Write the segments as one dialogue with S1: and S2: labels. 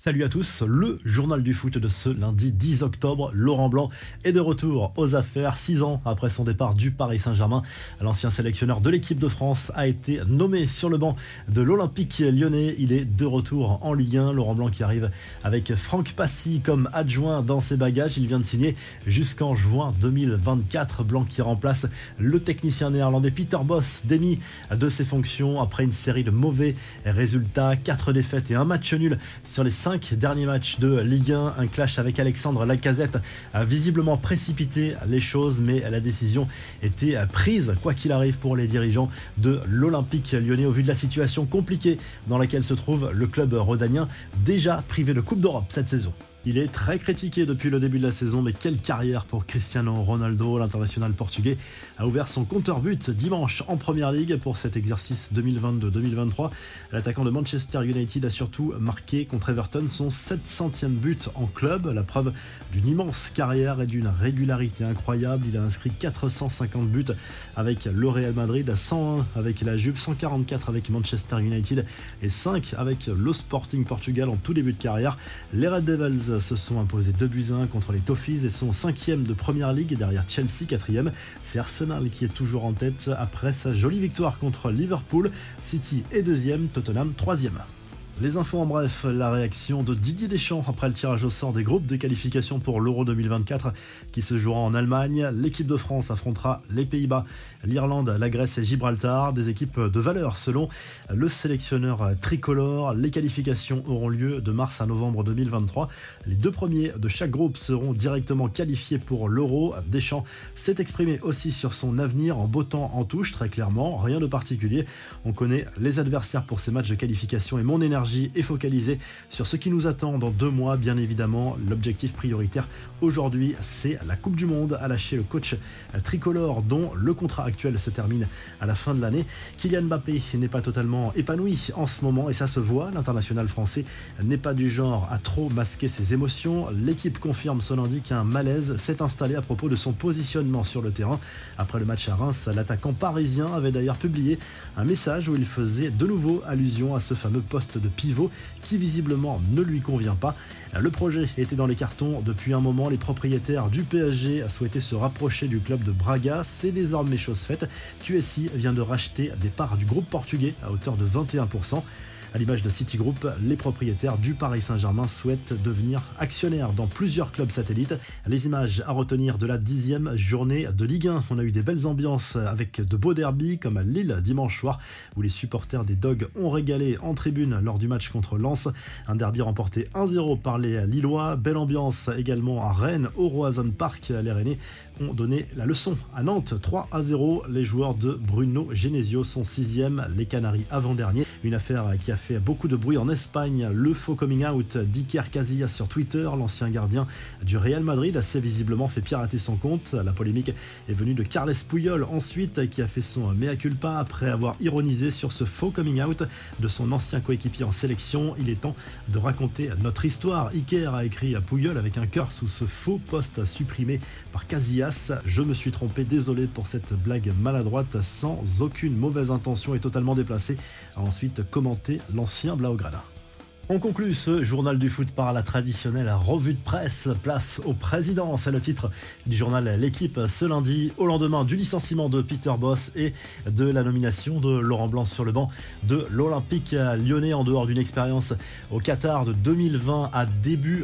S1: Salut à tous, le journal du foot de ce lundi 10 octobre. Laurent Blanc est de retour aux affaires. 6 ans après son départ du Paris Saint-Germain, l'ancien sélectionneur de l'équipe de France a été nommé sur le banc de l'Olympique lyonnais. Il est de retour en Ligue 1. Laurent Blanc qui arrive avec Franck Passy comme adjoint dans ses bagages. Il vient de signer jusqu'en juin 2024. Blanc qui remplace le technicien néerlandais Peter Bosz, démis de ses fonctions après une série de mauvais résultats. 4 défaites et un match nul sur les 5 derniers matchs de Ligue 1. Un clash avec Alexandre Lacazette a visiblement précipité les choses, mais la décision était prise, quoi qu'il arrive, pour les dirigeants de l'Olympique lyonnais au vu de la situation compliquée dans laquelle se trouve le club rhodanien, déjà privé de Coupe d'Europe cette saison. Il est très critiqué depuis le début de la saison, mais quelle carrière pour Cristiano Ronaldo. L'international portugais a ouvert son compteur but dimanche en Première Ligue pour cet exercice 2022-2023. L'attaquant de Manchester United a surtout marqué contre Everton son 700e but en club, la preuve d'une immense carrière et d'une régularité incroyable. Il a inscrit 450 buts avec le Real Madrid, 101 avec la Juve, 144 avec Manchester United et 5 avec le Sporting Portugal en tout début de carrière. Les Red Devils se sont imposés 2-1 contre les Toffees et sont 5e de Première Ligue derrière Chelsea 4e. C'est Arsenal qui est toujours en tête après sa jolie victoire contre Liverpool. City est 2e, Tottenham 3e. Les infos en bref, la réaction de Didier Deschamps après le tirage au sort des groupes de qualification pour l'Euro 2024 qui se jouera en Allemagne. L'équipe de France affrontera les Pays-Bas, l'Irlande, la Grèce et Gibraltar, des équipes de valeur selon le sélectionneur tricolore. Les qualifications auront lieu de mars à novembre 2023. Les 2 premiers de chaque groupe seront directement qualifiés pour l'Euro. Deschamps s'est exprimé aussi sur son avenir en bottant en touche, très clairement, rien de particulier. On connaît les adversaires pour ces matchs de qualification et mon énergie est focalisée sur ce qui nous attend dans 2 mois. Bien évidemment, l'objectif prioritaire aujourd'hui, c'est la Coupe du Monde, a lâché le coach tricolore dont le contrat actuel se termine à la fin de l'année. Kylian Mbappé n'est pas totalement épanoui en ce moment et ça se voit. L'international français n'est pas du genre à trop masquer ses émotions. L'équipe confirme ce lundi qu'un malaise s'est installé à propos de son positionnement sur le terrain. Après le match à Reims, l'attaquant parisien avait d'ailleurs publié un message où il faisait de nouveau allusion à ce fameux poste de pivot qui visiblement ne lui convient pas. Le projet était dans les cartons depuis un moment. Les propriétaires du PSG souhaitaient se rapprocher du club de Braga. C'est désormais chose faite. QSI vient de racheter des parts du groupe portugais à hauteur de 21%. À l'image de Citigroup, les propriétaires du Paris Saint-Germain souhaitent devenir actionnaires dans plusieurs clubs satellites. Les images à retenir de la 10e journée de Ligue 1. On a eu des belles ambiances avec de beaux derbys comme à Lille dimanche soir où les supporters des Dogs ont régalé en tribune lors du match contre Lens. Un derby remporté 1-0 par les Lillois. Belle ambiance également à Rennes au Roazhon Park. Les Rennais ont donné la leçon à Nantes 3-0. Les joueurs de Bruno Genesio sont 6e, les Canaries avant-dernier. Une affaire qui a fait beaucoup de bruit en Espagne. Le faux coming out d'Iker Casillas sur Twitter, l'ancien gardien du Real Madrid, s'est visiblement fait pirater son compte. La polémique est venue de Carles Puyol ensuite, qui a fait son mea culpa après avoir ironisé sur ce faux coming out de son ancien coéquipier en sélection. Il est temps de raconter notre histoire. Iker a écrit à Puyol avec un cœur sous ce faux post supprimé par Casillas. Je me suis trompé, désolé pour cette blague maladroite sans aucune mauvaise intention et totalement déplacée, a ensuite commenté l'ancien Blaugrana. On conclut ce journal du foot par la traditionnelle revue de presse. Place au président, c'est le titre du journal L'équipe ce lundi, au lendemain du licenciement de Peter Bosz et de la nomination de Laurent Blanc sur le banc de l'Olympique lyonnais. En dehors d'une expérience au Qatar de 2020 à début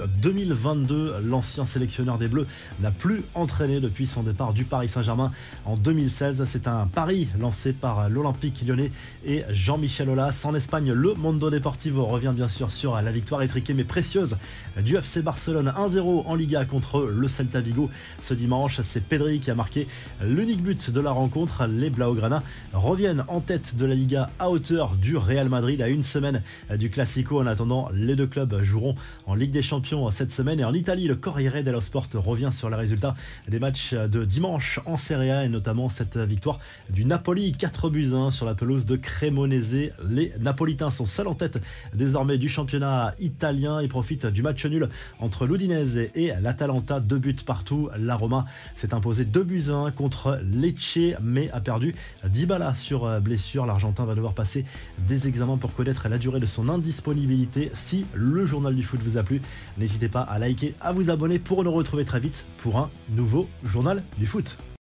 S1: 2022, l'ancien sélectionneur des Bleus n'a plus entraîné depuis son départ du Paris Saint-Germain en 2016. C'est un pari lancé par l'Olympique lyonnais et Jean-Michel Aulas. En Espagne, le Mundo Deportivo revient bien sûr sur la victoire étriquée mais précieuse du FC Barcelone 1-0 en Liga contre le Celta Vigo ce dimanche. C'est Pedri qui a marqué l'unique but de la rencontre. Les Blaugrana reviennent en tête de la Liga à hauteur du Real Madrid à une semaine du Classico. En attendant, les 2 clubs joueront en Ligue des Champions cette semaine. Et en Italie, le Corriere dello Sport revient sur les résultats des matchs de dimanche en Serie A et notamment cette victoire du Napoli 4-1 sur la pelouse de Cremonese. Les Napolitains sont seuls en tête désormais du championnat championnat italien. Il profite du match nul entre l'Udinese et l'Atalanta. 2 buts partout. La Roma s'est imposée 2-1 contre Lecce, mais a perdu Dybala sur blessure. L'Argentin va devoir passer des examens pour connaître la durée de son indisponibilité. Si le journal du foot vous a plu, n'hésitez pas à liker, à vous abonner pour nous retrouver très vite pour un nouveau journal du foot.